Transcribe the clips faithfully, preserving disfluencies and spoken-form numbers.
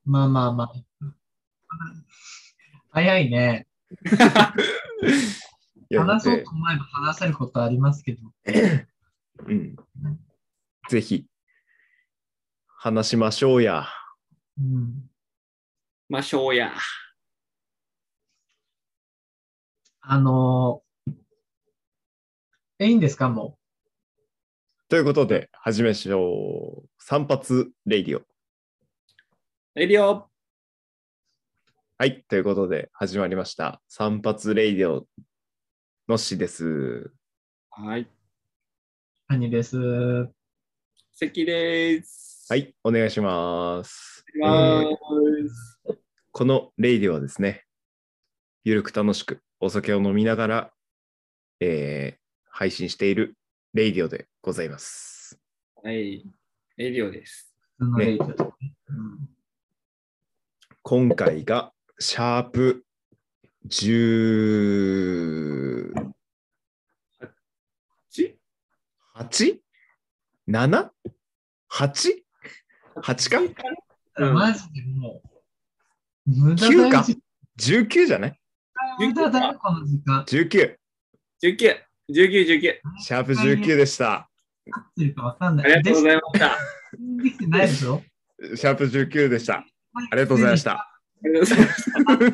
まあまあまあ。早いね。 いや、だっ話そうてと思えば話せることありますけど。 うん。ぜひ、話しましょうや。 うん、 まあ、しょうや。 あのーえ、いいんですか、もということで、始めましょう。散髪レイディオ。 レディオ。 はい。ということで、始まりました。散髪レイディオのしです。 はい。 う。兄です。 関です。 はい。お願いします。 お願いします。 このレイディオはですね、ゆるく楽しくお酒を飲みながら、えー配信しているレイディオでございます。 はい。レディオです。 普通のレイトですね。うん今回がシャープじゅうはち？ なな？ はち？ はち か、 うんマジでもう、無駄きゅう かだよ。 じゅうきゅうじゃない無駄だよ、この時間。 じゅうきゅう。 じゅうきゅう、じゅうきゅう、じゅうきゅう。 シャープじゅうきゅうでした。 合ってるかわかんない。 ありがとうございました。 できてないでしょ。 シャープじゅうきゅうでした。ありがとうございました。 ありがとうございました。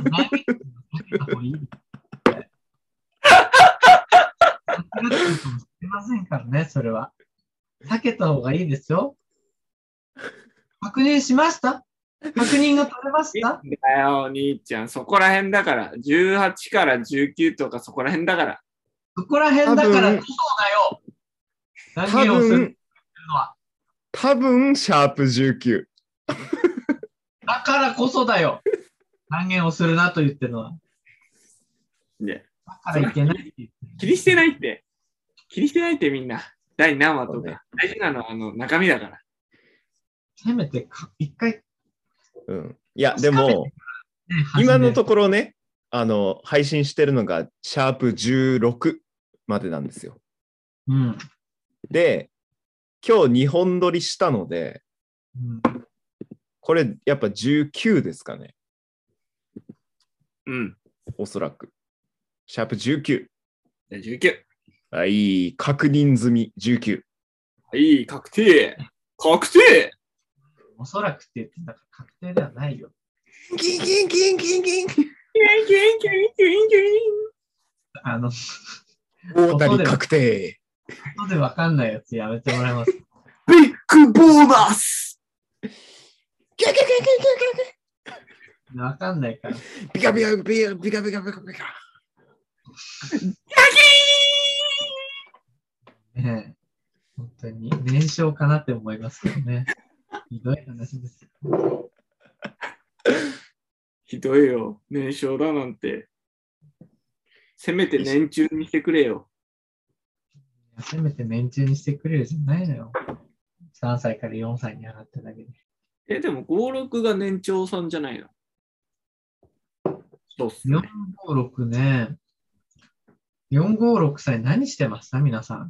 間違ってるかもしれませんからね、それは。避けた方がいいですよ。確認しました？確認が取れましいいた？ んだよ、お兄ちゃん。そこら辺だから。じゅうはちからじゅうきゅうとかそこら辺だから。 そこら辺だから多分こそだよ。断多言をする分、 のは。 多分、シャープじゅうきゅう。 だからこそだよ。断言をするなと言ってるのは。 ね、 だからいけないって言ってる。 気にしてないって。気にしてないってみんな。第何話とそうねか。大事なのはあの中身だから。 せめてか一回、 うん。いや、でも、 ね、 今のとこころね、あの、配信してるのが、シャープじゅうろくまでなんですよ。 ろ。うん。 で、今日にほん撮りしたので、 うん、 これやっぱじゅうきゅうですかね。 うん。 おそらく。シャープじゅうきゅう。 じゃあじゅうきゅう。 はい、確認済みじゅうきゅう。 はい、確定。確定。 おそらくって言ってたから確定ではないよ。 ギンギンギンギンギン。 キュインキュインキュインキュインキュインキュイン。 あの、 大谷確定。 後でわかんないやつやめてもらいます。 ビッグボーナス。 キャキャキャキャキャキャ。 わかんないから。 ピカピカピカピカピカピカピカ。 ねえ、本当に年少かなって思いますけどね。ひどい話ですよ。 ひどいよ。年少だなんて。せめて年中にしてくれよ。 せめて年中にしてくれるじゃないのよ。さんさいからよんさいに上がっただけで。 え、でもご、ろくが年長さんじゃないの？そうっすよんね。 ごろくね。よんごろく歳何してました皆さん。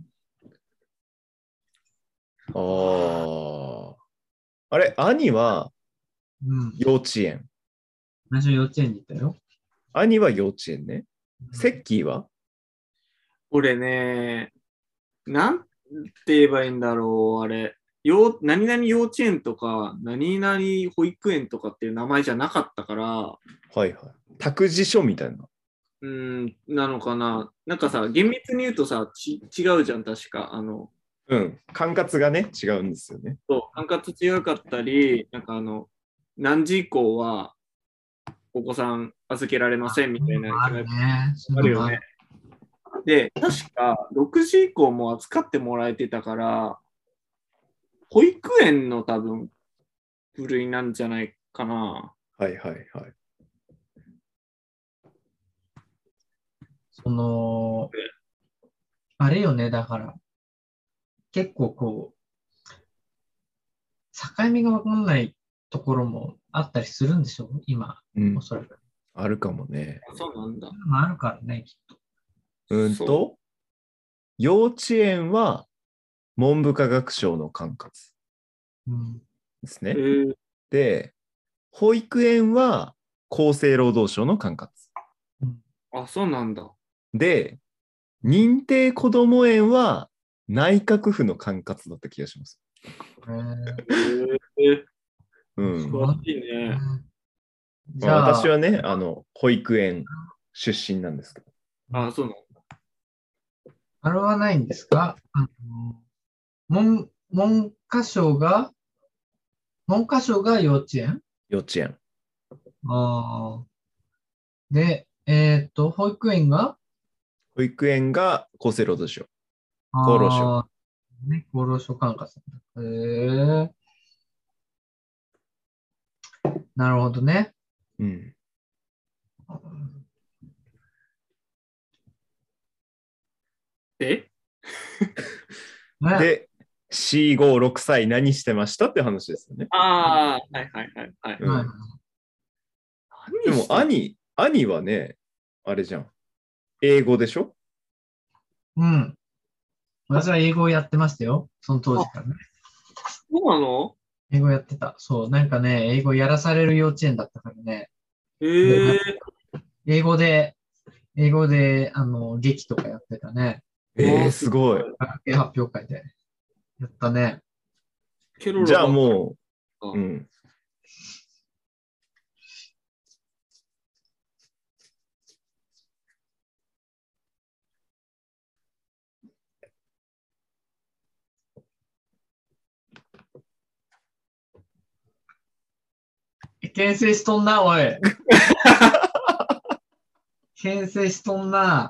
ああ。あれ、兄はうん。 幼稚園。 私幼稚園に行ったよ。 兄は幼稚園ね。セッキーは俺ね、なんて言えばいいんだろう、あれ。よ何々幼稚園とか、何々保育園とかっていう名前じゃなかったから、 はいはい。託児所みたいな。 うーん、なのかな。なんかさ、厳密に言うとさ、ち違うじゃん、確か。あの、 うん。管轄がね、違うんですよね。 そう、管轄違かったり、なんかあの、何時以降はお子さん預けられませんみたいな。 あるね。 あるよね。で、確かろくじ以降も扱ってもらえてたから、保育園の多分、部類なんじゃないかな。 はいはいはい。 その、あれよね、だから、結構こう、境目がわかんないところもあったりするんでしょ今、 うんお。そらく。 あるかもね。 そうなんだ。 まあ、あるからね、きっと。 うんと、幼稚園は文部科学省の管轄うん。 ですね。 えー、 で、 保育園は厚生労働省の管轄。 あ、そうなんだ。 で、認定こども園は内閣府の管轄だった気がします。 へーえー、 うん。 詳しいね。 じゃあ、 まあ、私はね、あの、保育園出身なんですけど。 あ、そうなんだ。 あれはないんですか？あの文、文科省が、文科省が幼稚園？ 幼稚園。 ああ。で、えーっと、保育園が保育園が厚生労働省。厚労省。 ああ、ね、厚労省管轄。へえ、なるほどね。 うん。 えね、 で、よん、ご、ろくさい何してましたって話ですよね。 ああ、はいはいはいはい。 うんはい。 でも何してんの兄、兄はね、あれじゃん。英語でしょ？ うん。私は英語をやってましたよ。その当時からね。 そうなの？ 英語やってた。そう。なんかね、英語やらされる幼稚園だったからね。で、 へえ。 英語で、英語で、あの、劇とかやってたね。 えー、すごい。 学芸発表会で。やったね。 ケロロじゃあばっかもう、うりん。 牽制しとんな、おい。牽制しとんな。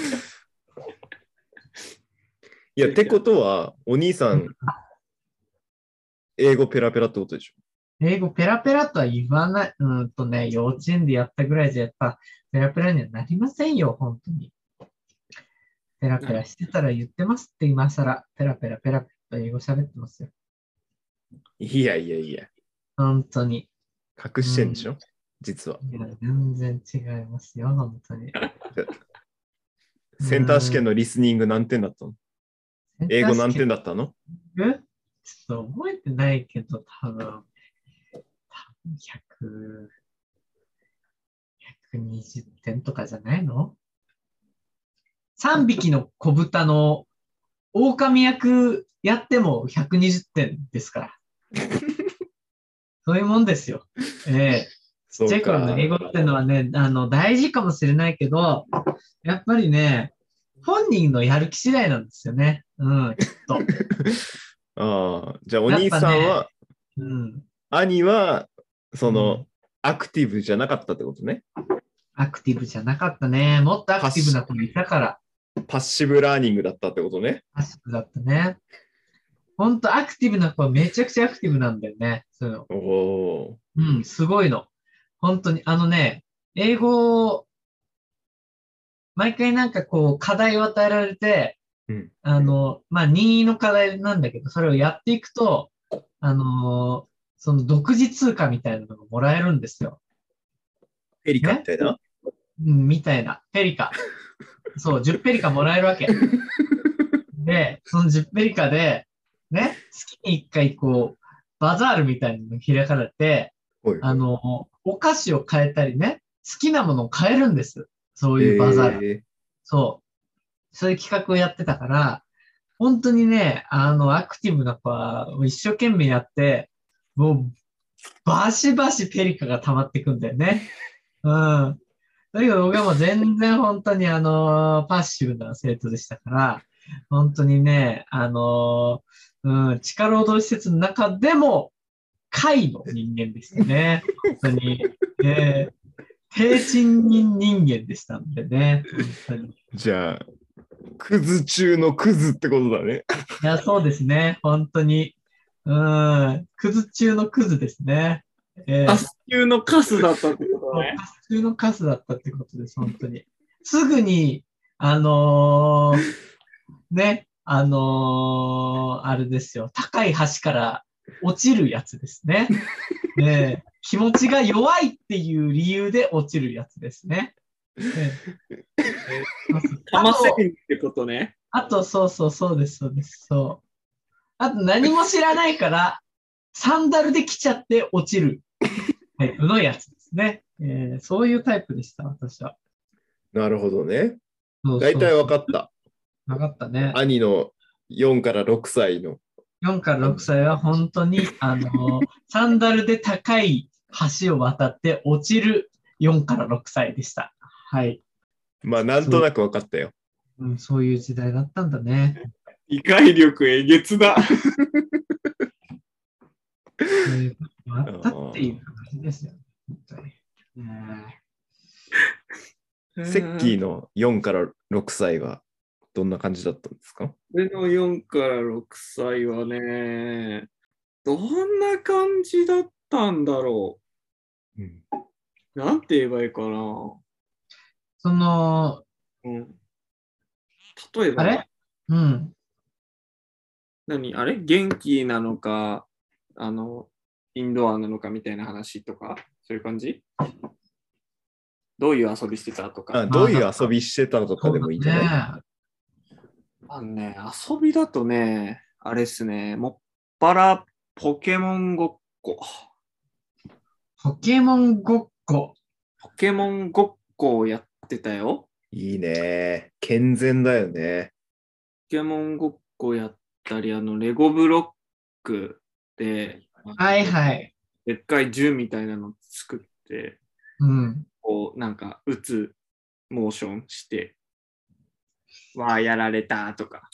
いや、ってことは、お兄さん、英語ペラペラってことでしょ？ 英語ペラペラとは言わない。うーんとね、幼稚園でやったぐらいじゃやっぱペラペラにはなりませんよ、本当に。ペラペラしてたら言ってますって今更。ペラペラペラペラと英語喋ってますよ。 いやいやいや、 本当に。 隠してんでしょ、実は。 いや、全然違いますよ、本当に。 センター試験のリスニング何点だったの？英語何点だだったの？ ちょっと覚えてないけど、多分、多分ひゃく、ひゃくにじゅってんとかじゃないの？ さん 匹の子豚の狼役やってもひゃくにじゅってんですから。そういうもんですよ。ええちっちゃい頃の英語ってのはね、あの、大事かもしれないけど、やっぱりね、本人のやる気次第なんですよね。うん、きっと。 ああ、じゃあお兄さんは、 ね、うん、 兄は、その、 うん、 アクティブじゃなかったってことね。 アクティブじゃなかったね。もっとアクティブな子いたから。 パッシブラーニングだったってことね。 パッシブだったね。ほんとアクティブな子はめちゃくちゃアクティブなんだよね。そういうの。 おうん、すごいの。本当に、あのね、英語、毎回なんかこう課題を与えられて、 うん、 あの、まあ、任意の課題なんだけど、それをやっていくと、あのその独自通貨みたいなのがもらえるんですよ。 ペリカみたいな、 ね、うん、みたいな。ペリカ。そう、じゅうペリカもらえるわけ。で、そのじゅうペリカで、ね、月にいっかいこう、バザールみたいなのが開かれて、 ほいほいあの、お菓子を変えたりね、好きなものを変えるんです。そういうバザール。 えー、 そう。そういう企画をやってたから、本当にね、あの、アクティブな子は一生懸命やって、もう、バシバシペリカが溜まってくんだよね。うん。だけど僕はもう全然本当にあの、パッシブな生徒でしたから、本当にね、あの、うん、地下労働施設の中でも、下位の人間でしたね。本当に。えー、低賃金人間でしたんでね。本当に。 じゃあ、クズ中のクズってことだね。 いや、そうですね。本当に。うん。クズ中のクズですね。えー、 カス級のカスだったってことね。 カス中のカスだったってことです。本当に。すぐに、あのー、ね、あのー、あれですよ。高い橋から落ちるやつですね。えー、気持ちが弱いっていう理由で落ちるやつですね。えー、 かませんってことね。 あと、そうそうそうです、そうです、そう。あと、何も知らないから、サンダルで来ちゃって落ちる。 タイプのやつですね。えーそういうタイプでした、私は。 なるほどね。 そうそうそう大体分かった。 分かったね。 兄のよんからろくさいの。 よんからろくさいは本当に、あの、サンダルで高い橋を渡って落ちるよんからろくさいでした。はい。 まあ、なんとなく分かったよ。 うん、そういう時代だったんだね。 理解力えげつだ。 そういうことがあったっていう話ですよ。本当に。 セッキーのよんからろくさいはどんな感じだったんですか？ 俺のよんからろくさいはね、どんな感じだったんだろうん、 う。なんて言えばいいかな。 その、 うん、例えば、 あれうん。 何あれ元気なのか、あの、インドアなのかみたいな話とか、そういう感じ？どういう遊びしてたとか。 あどういう遊びしてたのとかでもいいんじゃない？ ね、 あのね、遊びだとね、あれっすね、もっぱらポケモンごっこ。 ポケモンごっこ。 ポケモンごっこをやってたよ。 いいね。健全だよね。 ポケモンごっこやったり、あの、レゴブロックで、 はいはい。 でっかい銃みたいなの作って、 うん。 こう、なんか、撃つモーションして、わあ、やられたとか。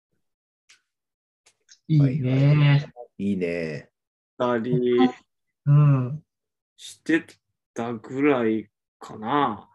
いいね。 いいね。 たりうん。 してたぐらいかな。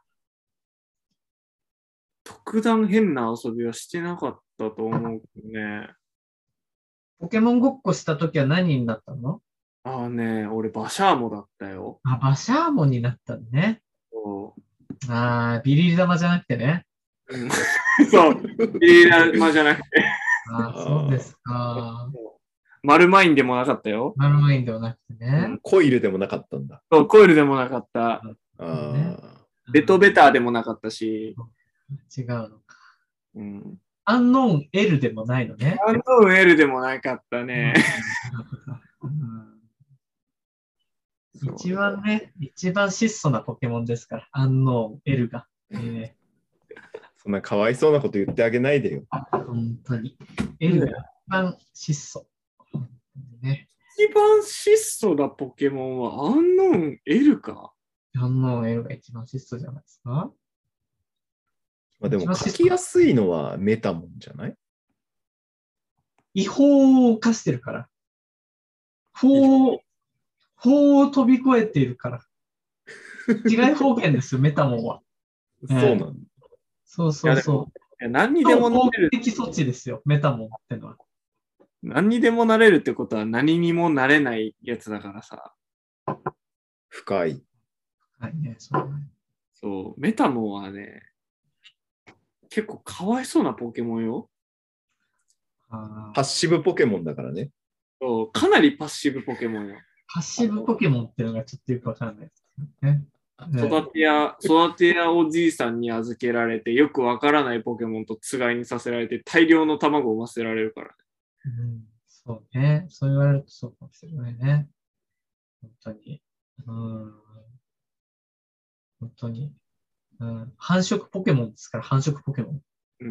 特段変な遊びはしてなかったと思うけどね。 ポケモンごっこしたときは何になったの？ ああね、俺バシャーモだったよ。 あ、バシャーモンになったのね。 そああ、ビリリ玉じゃなくてね。 う。うんそう。ビリラマじゃなくて。 ああ、そうですか。 マルマインでもなかったよ。 マルマインではなくてね。 コイルでもなかったんだ。 そうコイルでもなかった。 あねあ。 ベトベターでもなかったし。 違うのか。 うん。 アンノーン L でもないのね。 アンドーン L でもなかったね。 うんそう一番ね、一番質素なポケモンですから、アンノーン L が。えそんなかわいそうなこと言ってあげないでよ。 ー本当に。L が一番質素。本当にね。 一番質素なポケモンはアンノーン L か。 アンノーン L が一番質素じゃないですか。 まあ、でも書きやすいのはメタモンじゃない？ 違法を犯してるから。法を、法を飛び越えているから。違い方言ですよ、メタモンは。 そうなんだ。 そうそうそう。 いや何にでもな法れる。 的措置ですよ、メタモンってのは。 何にでもなれるってことは何にもなれないやつだからさ。 深い。 はいね、そうね。 そう、メタモンはね、結構かわいそうなポケモンよ。 あパッシブポケモンだからね。 そうかなりパッシブポケモンよ。 パッシブポケモンっていうのがちょっとよくわからないですね。 育て屋、育て屋おじいさんに預けられて、よくわからないポケモンとつがいにさせられて、大量の卵を産ませられるから。 うん、そうね。そう言われるとそうかもしれないね。本当に。うん。本当に。うん。繁殖ポケモンですから、繁殖ポケモン。 うん、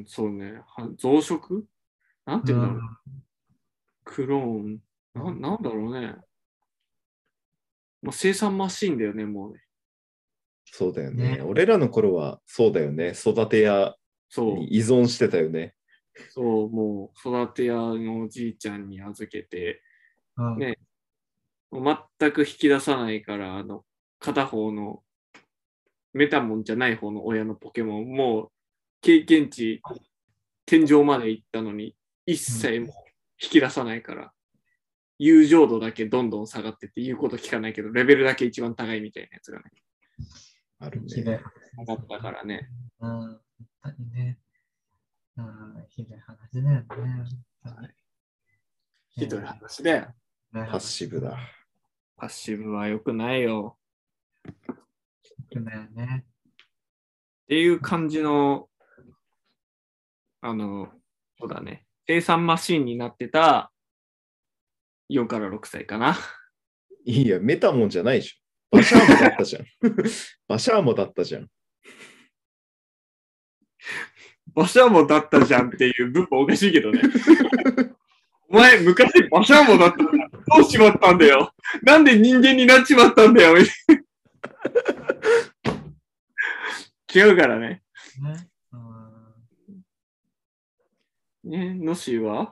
そうね。は増殖なんて言うんだろう。クローン。ななんだろうね。もう生産マシーンだよね、もうね。 そうだよね。 ね俺らの頃はそうだよね。育て屋そう。 に依存してたよね。 そう、もう育て屋のおじいちゃんに預けて、 うんねもう全く引き出さないから、あの、片方のメタモンじゃない方の親のポケモン、もう経験値、天井まで行ったのに、一切もう引き出さないから、友情度だけどんどん下がってって、言うこと聞かないけど、レベルだけ一番高いみたいなやつがね、 あるひどいね。 上がったからね。 うん、本当にね。うん、ひどい話だよね。本当にひどい話だよ。 パパッシブだ。 パッシブは良くないよ。 良くないよね。 っていう感じの、あの、そうだね、生産マシーンになってたよんからろくさいかな。 いいや、メタモンじゃないでしバシャーモだったじゃん。バシャーモだったじゃん。 バシャーモだったじゃんっていう文法おかしいけどね。お前、昔バシャーモだったじゃん。どうしまったんだよ。なんで人間になっちまったんだよ。みたいな違うからね。 ね。うんね、のしは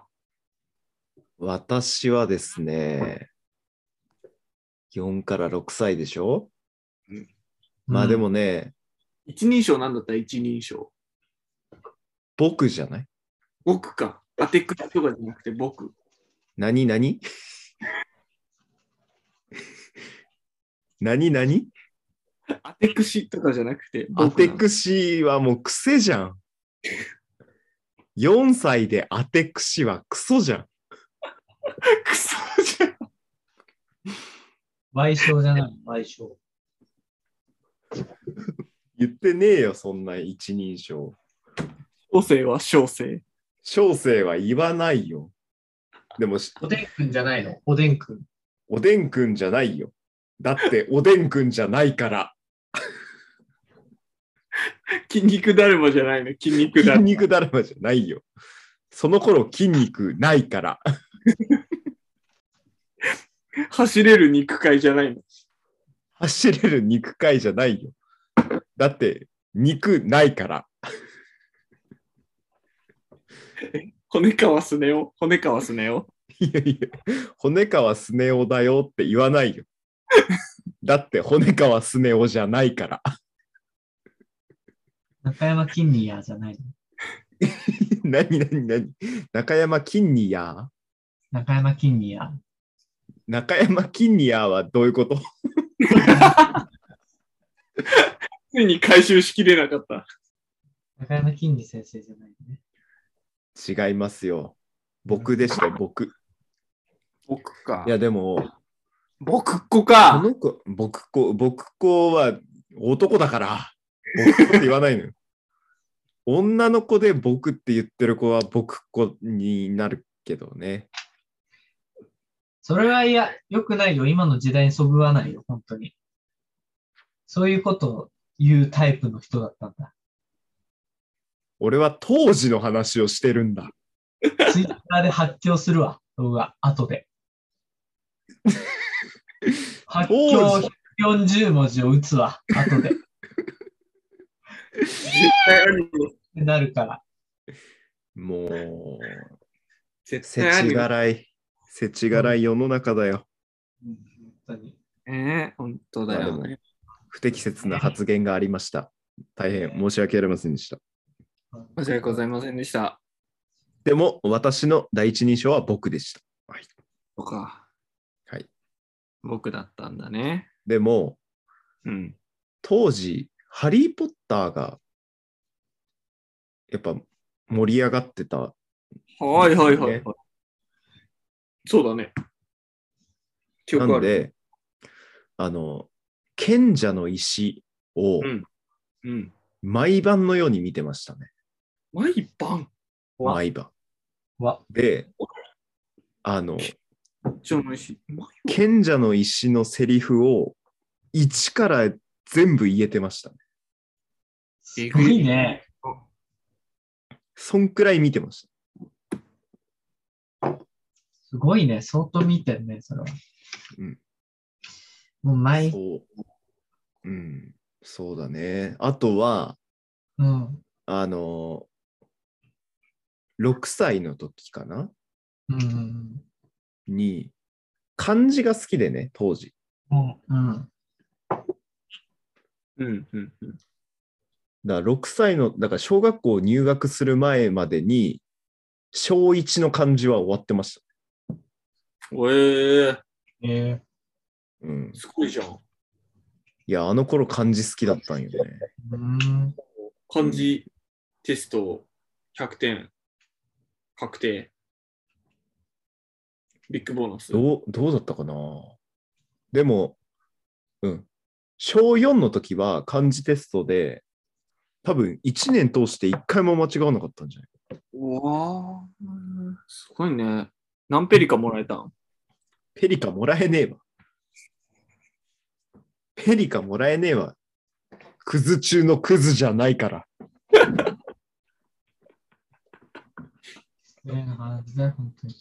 私はですね、よんからろくさいでしょ、うん、まあでもね、 一人称なんだったら一人称。 僕じゃない？ 僕か。アテクスとかじゃなくて僕。 何何何何アテクシとかじゃなくてアテクシはもう癖じゃん。よんさいでアテクシはクソじゃん。 クソじゃん。 賠償じゃない、賠償。 言ってねえよ、そんな一人称。 小生は小生。 小生は言わないよ。でも、 おでんくんじゃないの？おでんくん。 おでんくんじゃないよ。だっておでんくんじゃないから。 筋肉だるまじゃないの？筋肉だるま。 筋肉だるまじゃないよ。その頃筋肉ないから。 走れる肉塊じゃないの？ 走れる肉塊じゃないよ。だって肉ないから。 骨川すねお骨川すねおいやいや、骨川すねおだよって言わないよ。だって骨川すねおじゃないから。 中山きんにやじゃないの？ 何何何中山きんにや中山きんにや。 中山きんにやはどういうこと？ ついに回収しきれなかった。 中山きんに先生じゃないね。 違いますよ。僕でしたよ、僕。 僕か。 いや、でも、 僕っ子か。 この子、僕っ子、僕っ子は男だから、僕っ子って言わないのよ。女の子で僕って言ってる子は僕っ子になるけどね。 それはいや、良くないよ。今の時代にそぐわないよ、本当に。そういうことを言うタイプの人だったんだ。 俺は当時の話をしてるんだ。 ツイッターで発狂するわ、動画、後で。発狂ひゃくよんじゅう文字を打つわ、後で。 絶対あるよ。 ってなるから。 もう、 絶せち対あるよ。 がらい、せちがらい世の中だよ。 うん、本当に。 ええ本当だよね。 不適切な発言がありました。大変申し訳ありませんでした。 申し訳ございませんでした。 でも、私の第一人称は僕でした。はい。 そうか。 はい。 僕だったんだね。 でも、 うん。 当時、ハリー・ポッターが、やっぱ盛り上がってた、 はいはいはい、はい。そうだね。記憶ある。 なんで、あの、賢者の石をうん。うん。 毎晩のように見てましたね。 毎晩毎晩。 わ。 で、あの、 賢者の石。 賢者の石のセリフを一から全部言えてましたね。 すごいね。 そんくらい見てました。 すごいね。相当見てるね、それは。 うん。 もう毎。 そう。うん。そうだね。あとは、 うん。 あの、ろくさいの時かな、 うん。 に、漢字が好きでね、当時。 うん。うん。 うん。うん。うん。 だからろくさいの、だから小学校入学する前までに、小いちの漢字は終わってました。 おえー。 ええうん。 すごいじゃん。 いや、あの頃漢字好きだったんよね。 うん。 漢字テストひゃくてん確定。ビッグボーナス。 どう、どうだったかな。でも、うん。小よんの時は漢字テストで、多分いちねん通していっかいも間違わなかったんじゃない？ うわー、すごいね。何ペリカもらえたん？ ペリカもらえねえわ。 ヘリカもらえねえわ。クズ中のクズじゃないから。 失礼な話だよ、本当に。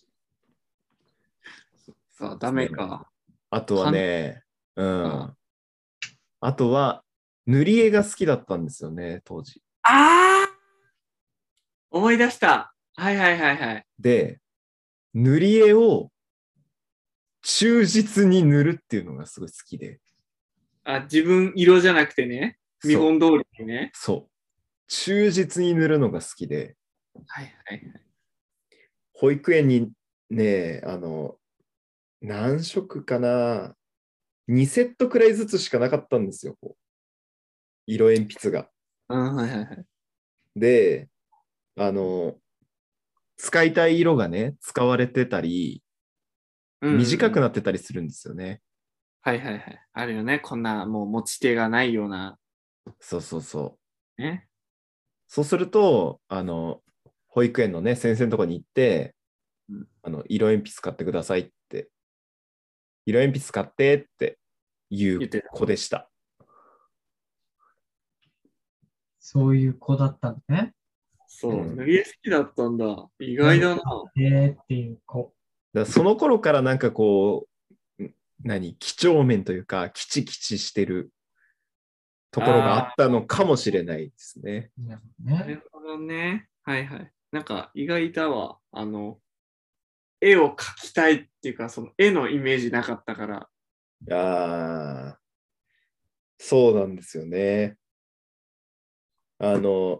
さあ、ダメか。 あとはね、うあん。あとは、塗り絵が好きだったんですよね、当時。 あー思い出した。はいはいはいはい。 で、塗り絵を忠実に塗るっていうのがすごい好きで。 あ、自分色じゃなくてね、見本通りにね。 そう。忠実に塗るのが好きで、 はいはいはい。 保育園にね、あの、何色かな、にセットくらいずつしかなかったんですよ、こう色鉛筆が。 うん、はいはいはい。 で、あの、使いたい色がね、使われてたり、 うんうんうん短くなってたりするんですよね。 はいはいはい。あるよね。こんなもう持ち手がないような。 そうそうそう。 ね。 そうすると、あの、保育園のね、先生のところに行って、 うんあの、色鉛筆買ってくださいって、色鉛筆買ってっていう言ってた。 子でした。 そういう子だったのね。 そう、 うん塗り絵好きだったんだ。意外だな。 えーっていう子。 だからその頃からなんかこう、ん何、几帳面というか、キチキチしてるところがああったのかもしれないですね。 なるほどあ、なね。 るほどね。はいはい。なんか意外だわ。あの、絵を描きたいっていうか、その絵のイメージなかったから。 ああ、そうなんですよね。あの、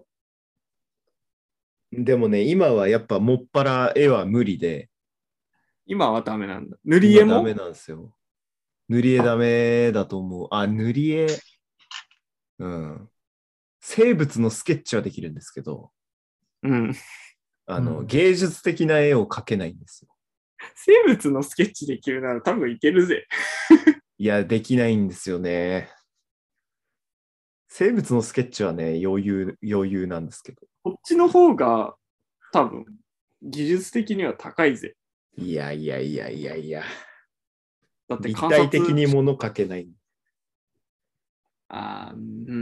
でもね、今はやっぱもっぱら絵は無理で、 今はダメなんだ。塗り絵も今ダメなんですよ。塗り絵ダメだと思う。あ、塗り絵、うん。生物のスケッチはできるんですけど、 うん。 あの、 うん芸術的な絵を描けないんですよ。 生物のスケッチできるなら多分いけるぜ。 いや、できないんですよね。生物のスケッチはね、余裕、余裕なんですけど。 こっちの方が多分技術的には高いぜ。 いやいやいやいやいや。 だって立観察。 体的に物描けない。 あーうん。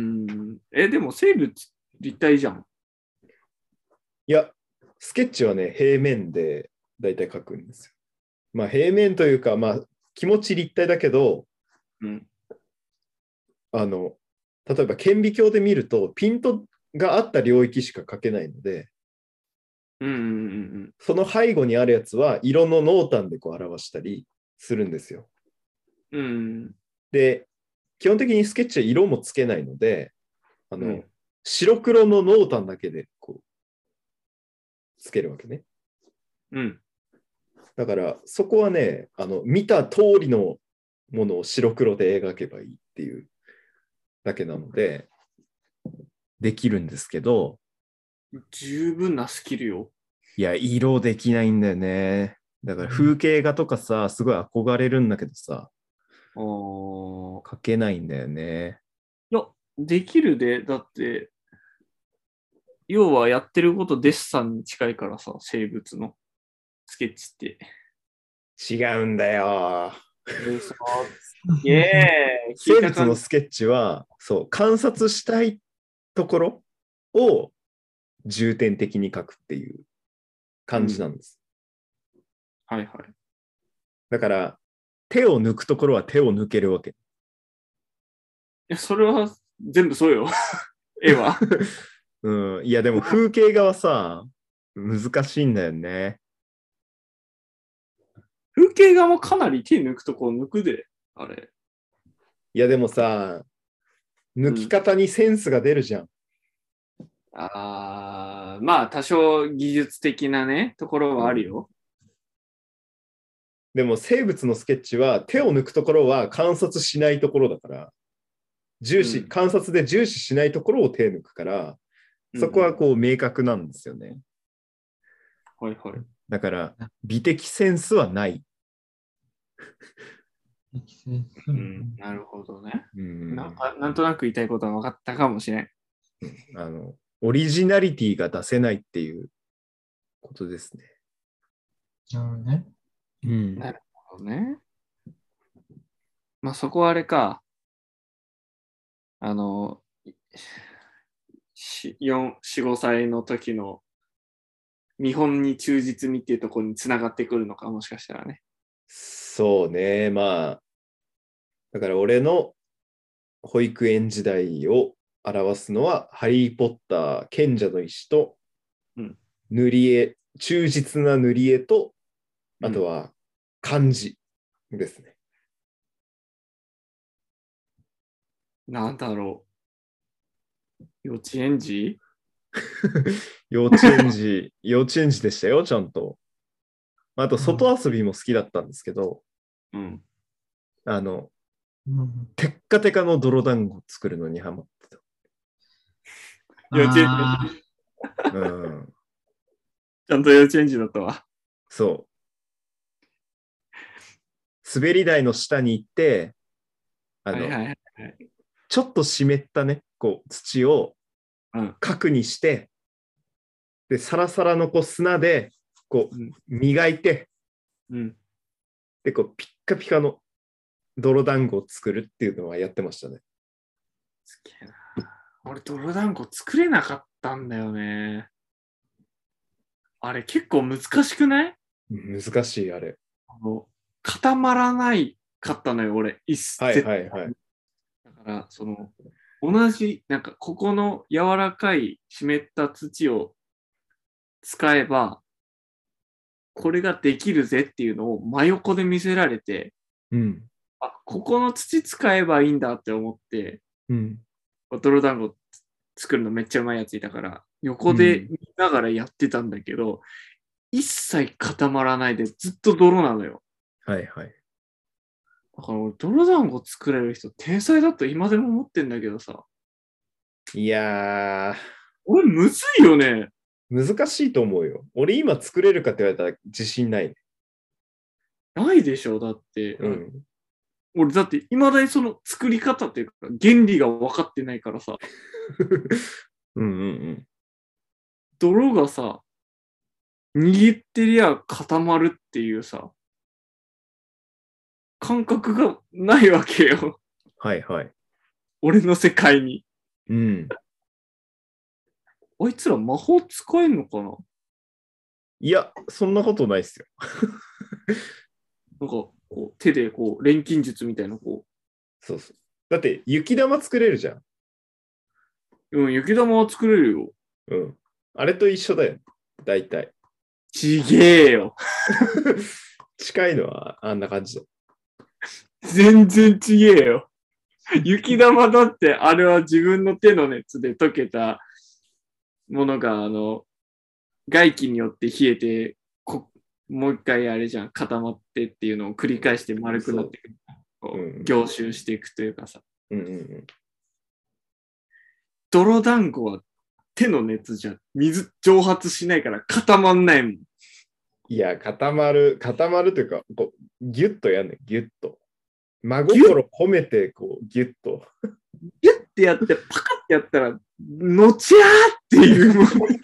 え、でも生物立体じゃん。 いや、スケッチはね、平面でだいたい描くんですよ。まあ平面というか、まあ気持ち立体だけど、 うん。 あの、例えば顕微鏡で見ると、ピントがあった領域しか描けないので、 うんうんうんその背後にあるやつは色の濃淡でこう表したりするんですよ。 うん。うん。 で、基本的にスケッチは色もつけないので、あの、 うん白黒の濃淡だけでこうつけるわけね。 うん。 だからそこはね、あの見た通りのものを白黒で描けばいいっていうだけなので、できるんですけど、 十分なスキルよ。 いや、色できないんだよね。だから風景画とかさ、すごい憧れるんだけどさ、 おー描けないんだよね。 いや、できるで、だって、要はやってることデッサンに近いからさ、生物のスケッチって。 違うんだよ。 え、そう、イエーイ聞生いた感じ。 物のスケッチは、そう、観察したいところを重点的に描くっていう感じなんです。 はいはい。 だから、手を抜くところは手を抜けるわけ。 いや、それは全部そうよ。絵は。 うん、いや、でも風景画はさ、難しいんだよね。 風景画もかなり手抜くとこ抜くで、あれ。 いや、でもさ、抜き方にセンスが出るじゃん。 あー、まあ、多少技術的なね、ところはあるよ。 でも生物のスケッチは手を抜くところは観察しないところだから、重視、 うん観察で重視しないところを手抜くから、そこはこう明確なんですよね。 はいはい。 だから美的センスはない。 うん、なるほどね。 うんなんか、なんとなく言いたいことは分かったかもしれん。 あのオリジナリティが出せないっていうことですね。 なるほどね。 うんなるほどね。まあそこはあれか。 あの、よん、よん、ごさいの時の見本に忠実にっていうところにつながってくるのか、もしかしたらね。 そうね、まあ、だから俺の保育園時代を表すのは、ハリー・ポッター、賢者の石と、 うん塗り絵、忠実な塗り絵と、 うんあとは漢字ですね。 なんだろう。幼稚園児幼稚園児、幼稚園児でしたよ、ちゃんと。あと、外遊びも好きだったんですけど、 うん。 あの、 うんテッカテカの泥団子を作るのにハマってた。 幼稚園児あうん、 ちゃんと幼稚園児だったわ。 そう。滑り台の下に行って、あの、 はいはいはい。 ちょっと湿ったね、こう、土をうん。 角にして、で、サラサラのこう砂で、こう、 うん磨いて、 うん。 で、こう、ピッカピカの泥団子を作るっていうのはやってましたね。 すげえな。俺、泥団子作れなかったんだよね。あれ、結構難しくない？ 難しい、あれ。 あの固まらないかったのよ、俺。一はいはいはい。 だから、その、同じ、なんか、ここの柔らかい湿った土を使えば、これができるぜっていうのを真横で見せられて、 うん。 あ、ここの土使えばいいんだって思って、 うん。 泥団子作るのめっちゃうまいやついたから、横で見ながらやってたんだけど、一切固まらないでずっと泥なのよ。 はいはい。 だから俺、泥団子作れる人天才だと今でも思ってんだけどさ、 いや俺むずいよね。 ー、難しいと思うよ。俺今作れるかって言われたら自信ないね。 ないでしょ、だって。 うん。 俺だって未だにその作り方っていうか原理が分かってないからさ、 うんうんうん。 泥がさ、握ってりゃ固まるっていうさ、感覚がないわけよ。 はいはい。 俺の世界に。 うん。 あいつら魔法使えんのかな？ いや、そんなことないっすよ。 なんかこう手でこう錬金術みたいなこそうそう。だって雪玉作れるじゃん。 う、うん、雪玉は作れるよ。 うん。あれと一緒だよ。大体。 ちげえよ。 近いのはあんな感じだ。 全然ちげえよ。雪玉だってあれは自分の手の熱で溶けたものがあの外気によって冷えてこもう一回あれじゃん固まってっていうのを繰り返して丸くなっていく、こううん凝集していくというかさ、 うんうんうん。 泥団子は手の熱じゃ水蒸発しないから固まんないもん。 いや、固まる、固まるというか、こうギュッとやんねん、ギュッと。真心込めて、こう、ギュッと。 ギュッてやってパカッてやったらのちゃーっていうものが残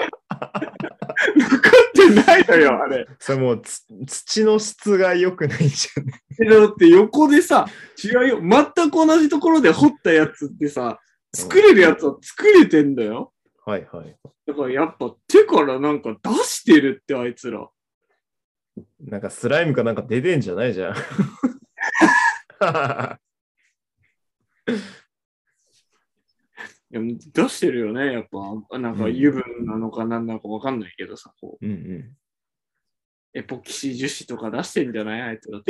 ってないのよあれ。 それもうつ土の質が良くないじゃん。 だって横でさ、違うよ。全く同じところで掘ったやつってさ、作れるやつは作れてんだよ。 はいはい。 だからやっぱ手からなんか出してるってあいつら。 なんかスライムかなんか出てんじゃないじゃん。 いや出してるよね。やっぱ、なんか油分なのか何なのかわかんないけどさ、こう、 うんうん。 エポキシ樹脂とか出してんじゃないあいつだって。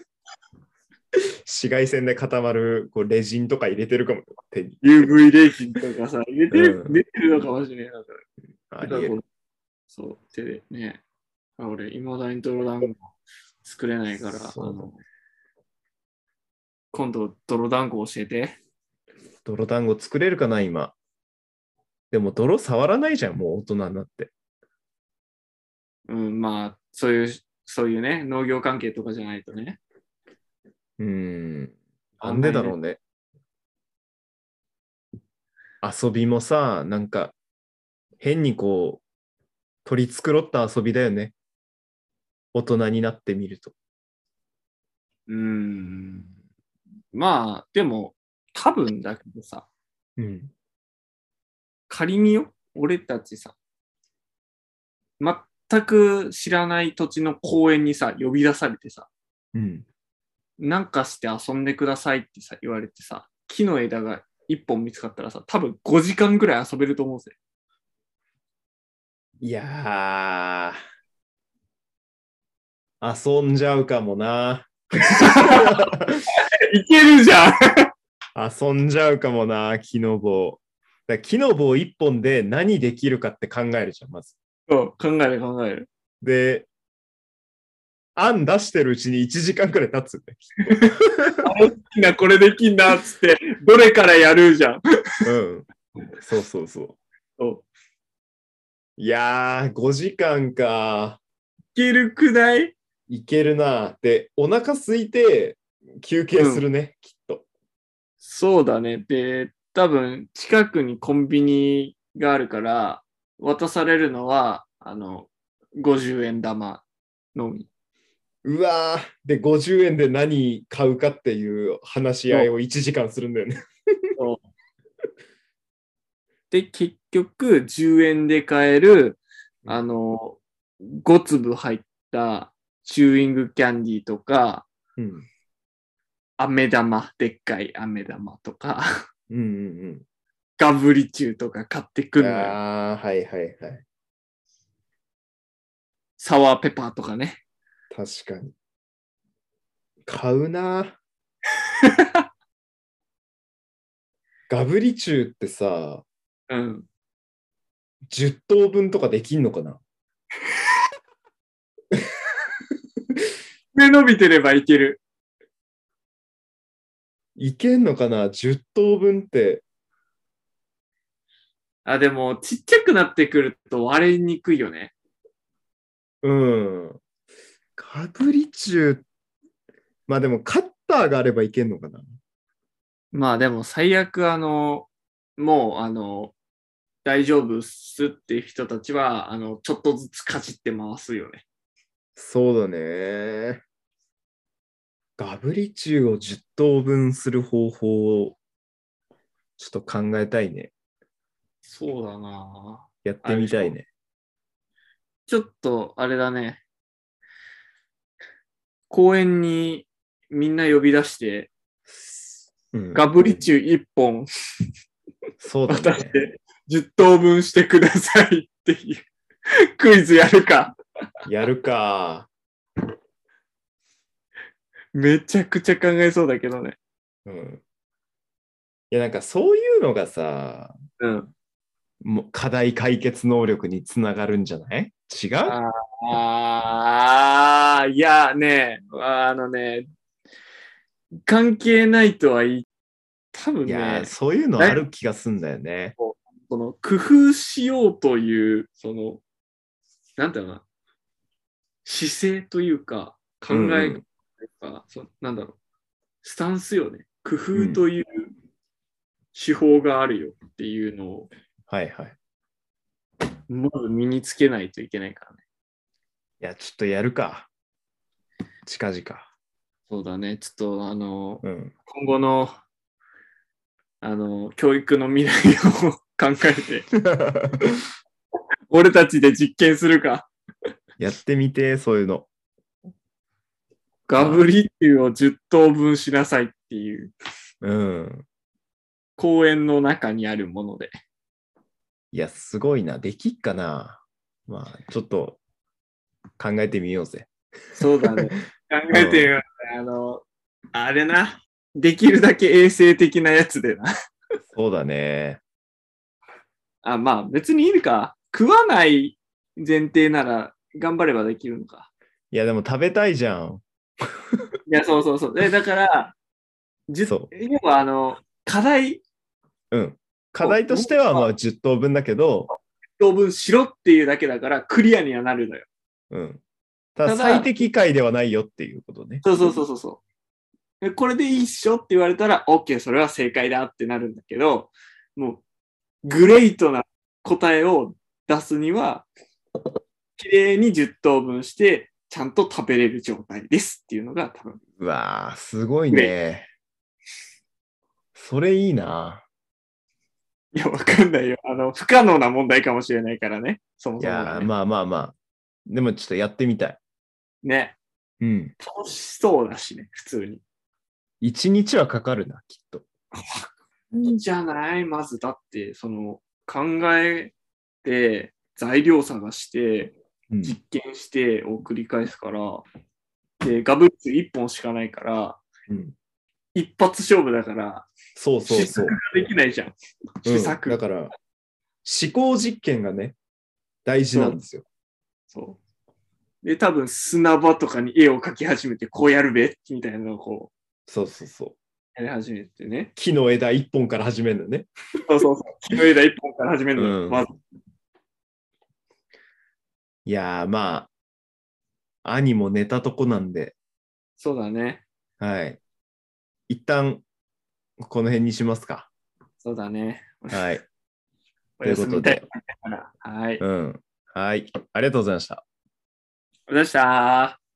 紫外線で固まるこうレジンとか入れてるかも。手に。 ユーブイ レーキンとかさ、入れてる、 うん出てるのかもしれない。 ありえる。 そう、手でね。俺、いまだに泥団子作れないから、あそうの今度泥団子教えて。 泥団子作れるかな、今。でも泥触らないじゃん、もう大人になって。 うん、まあ、そういう、そういうね、農業関係とかじゃないとね。 うーん。なんでだろうね。遊びもさ、なんか、変にこう、取り繕った遊びだよね。大人になってみると。 うん。まあ、でも、 多分だけどさ、 うん。 仮によ、俺たちさ、全く知らない土地の公園にさ、呼び出されてさ、 うん。 なんかして遊んでくださいってさ、言われてさ、木の枝が一本見つかったらさ、多分ごじかんぐらい遊べると思うぜ。 いやー、遊んじゃうかもな。 いけるじゃん。 遊んじゃうかもな、木の棒。だから木の棒一本で何できるかって考えるじゃん、まず。 そう考える考える。 で、案出してるうちにいちじかんくらい経つんだよ。 好きなこれできんなっつって、どれからやるじゃん。 うん。そうそうそう。 そういやー、ごじかんか。 いけるくないいけるな。で、お腹空いて休憩するね、うん、きっと。 そうだね。で、多分近くにコンビニがあるから、渡されるのは、あの、ごじゅうえん玉のみ。 うわー、で、ごじゅうえんで何買うかっていう話し合いをいちじかんするんだよね。 そうで、結局、じゅうえんで買える、あの、ご粒入ったチューイングキャンディーとか、 うん、 飴玉、でっかい飴玉とか、 うんうんうん、 ガブリチューとか買ってくんのよ。 ああ、はいはいはい。 サワーペパーとかね。 確かに。買うな。ガブリチューってさ、 うん。 じゅっとうぶんとかできんのかな。 目伸びてればいける。 いけんのかな ?じゅっとうぶんって。 あ、でも、ちっちゃくなってくると割れにくいよね。 うん。ガブリチュー、まあでもカッターがあればいけんのかな。 まあでも最悪あの、もうあの、大丈夫っすっていう人たちは、あの、ちょっとずつかじって回すよね。 そうだね。ガブリチューをじゅっとうぶんする方法をちょっと考えたいね。 そうだな。 やってみたいね。 ちょっと、あれだね。公園にみんな呼び出して、うん、ガブリチューいっぽんそうだね。 渡してじゅっとうぶんしてくださいっていうクイズやるか。 やるか。 めちゃくちゃ考えそうだけどね。 うん。いや、なんかそういうのがさ、 うん。 もう課題解決能力につながるんじゃない？違う？ ああ、いやね、あのね、関係ないとは言い、多分ね、いや、 そういうのある気がすんだよね。 その工夫しようという、その、なんていうのかな、姿勢というか、考えとか、うんうん、そなんだろう、スタンスよね。工夫という手法があるよっていうのを、うん、 はいはい。 もう身につけないといけないからね。 いや、ちょっとやるか。近々。 そうだね。ちょっと、あの、 うん、 今後の、あの、教育の未来を考えて、俺たちで実験するか。 やってみて、そういうの。 ガブリチューをじゅっとうぶんしなさいっていう、 うん、 公園の中にあるもので。 いや、すごいな。できっかな。まあ、ちょっと考えてみようぜ。 そうだね。考えてみよう、ね。あの、あれな。できるだけ衛生的なやつでな。 そうだね。 あ、まあ別にいいか。食わない前提なら頑張ればできるのか。 いや、でも食べたいじゃん。 いや、そうそうそう。でだから、じそう要はあの、課題。 うん。課題としてはまあじゅっとうぶんだけど、 じゅっとうぶんしろっていうだけだからクリアにはなるのよ。 うん。ただ最適解ではないよっていうことね。 そうそうそうそうそう。これでいいっしょって言われたら OK、それは正解だってなるんだけど、もうグレートな答えを出すには、きれいにじゅっとうぶんしてちゃんと食べれる状態ですっていうのが多分。 うわー、すごいね。 それいいな。 いや、わかんないよ。あの、不可能な問題かもしれないからね。そもいそもがね。 やー、まあまあまあ。でもちょっとやってみたい。 ね。 うん。 楽しそうだしね、普通に。 一日はかかるな、きっと。 いいんじゃないまず、だって、その、考えて、材料探して、 うん。 実験してを繰り返すから、で、ガブッツ一本しかないから、 うん、 一発勝負だから、 そうそうそう。 試作ができないじゃん。試作。 うん、だから、思考実験がね、大事なんですよ。 そう。で、多分砂場とかに絵を描き始めて、こうやるべ、みたいなのをこそうそうそう。 う、やり始めてね。 木の枝一本から始めるのね。 そうそうそう。木の枝一本から始めるの、 うんまず。 いやー、まあ、兄も寝たとこなんで、 そうだね。 はい。一旦、この辺にしますか。 そうだね。 はい。 おということで、 から。はい。 うん。はい。ありがとうございました。 お疲れ様でした。